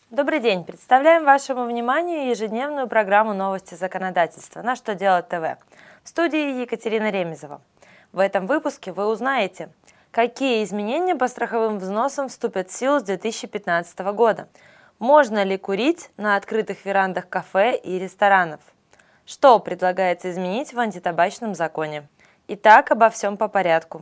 Добрый день! Представляем вашему вниманию ежедневную программу «Новости законодательства» на «Что делать ТВ». В студии Екатерина Ремезова. В этом выпуске вы узнаете, какие изменения по страховым взносам вступят в силу с 2015 года, можно ли курить на открытых верандах кафе и ресторанов, что предлагается изменить в антитабачном законе. Итак, обо всем по порядку.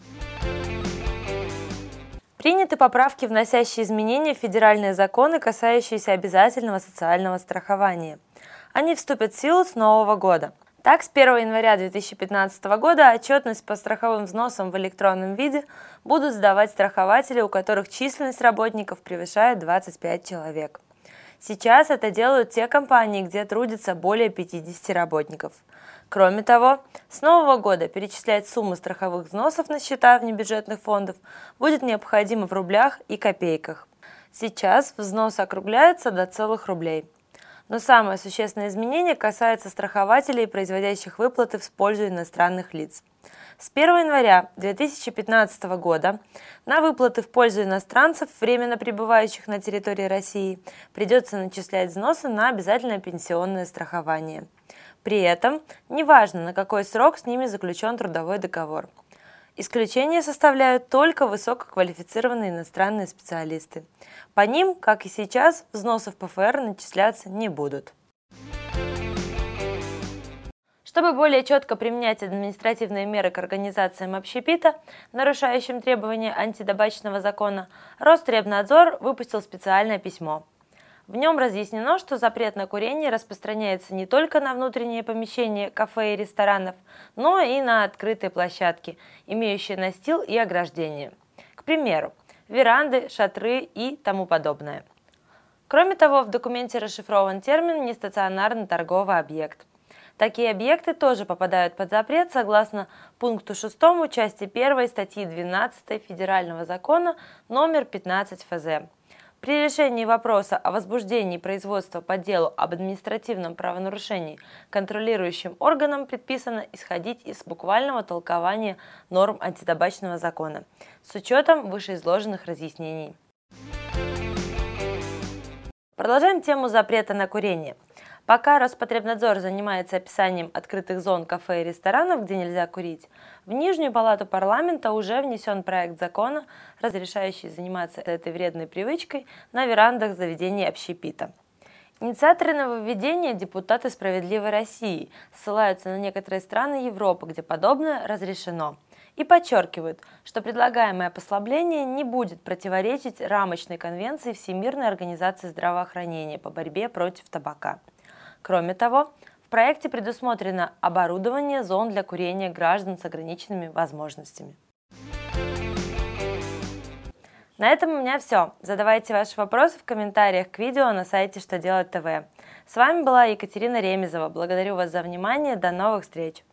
Приняты поправки, вносящие изменения в федеральные законы, касающиеся обязательного социального страхования. Они вступят в силу с нового года. Так, с 1 января 2015 года отчетность по страховым взносам в электронном виде будут сдавать страхователи, у которых численность работников превышает 25 человек. Сейчас это делают те компании, где трудится более 50 работников. Кроме того, с нового года перечислять сумму страховых взносов на счета внебюджетных фондов будет необходимо в рублях и копейках. Сейчас взносы округляются до целых рублей. Но самое существенное изменение касается страхователей, производящих выплаты в пользу иностранных лиц. С 1 января 2015 года на выплаты в пользу иностранцев, временно пребывающих на территории России, придется начислять взносы на обязательное пенсионное страхование. При этом неважно, на какой срок с ними заключен трудовой договор. Исключение составляют только высококвалифицированные иностранные специалисты. По ним, как и сейчас, взносы в ПФР начисляться не будут. Чтобы более четко применять административные меры к организациям общепита, нарушающим требования антитабачного закона, Роспотребнадзор выпустил специальное письмо. В нем разъяснено, что запрет на курение распространяется не только на внутренние помещения кафе и ресторанов, но и на открытые площадки, имеющие настил и ограждение. К примеру, веранды, шатры и тому подобное. Кроме того, в документе расшифрован термин «нестационарный торговый объект». Такие объекты тоже попадают под запрет согласно пункту 6 части 1 статьи 12 Федерального закона номер 15 ФЗ. При решении вопроса о возбуждении производства по делу об административном правонарушении контролирующим органам предписано исходить из буквального толкования норм антитабачного закона с учетом вышеизложенных разъяснений. Продолжаем тему запрета на курение. Пока Роспотребнадзор занимается описанием открытых зон кафе и ресторанов, где нельзя курить, в Нижнюю палату парламента уже внесен проект закона, разрешающий заниматься этой вредной привычкой на верандах заведений общепита. Инициаторы нововведения, депутаты «Справедливой России», ссылаются на некоторые страны Европы, где подобное разрешено, и подчеркивают, что предлагаемое послабление не будет противоречить рамочной конвенции Всемирной организации здравоохранения по борьбе против табака. Кроме того, в проекте предусмотрено оборудование зон для курения граждан с ограниченными возможностями. На этом у меня все. Задавайте ваши вопросы в комментариях к видео на сайте «Что делать ТВ». С вами была Екатерина Ремезова. Благодарю вас за внимание. До новых встреч!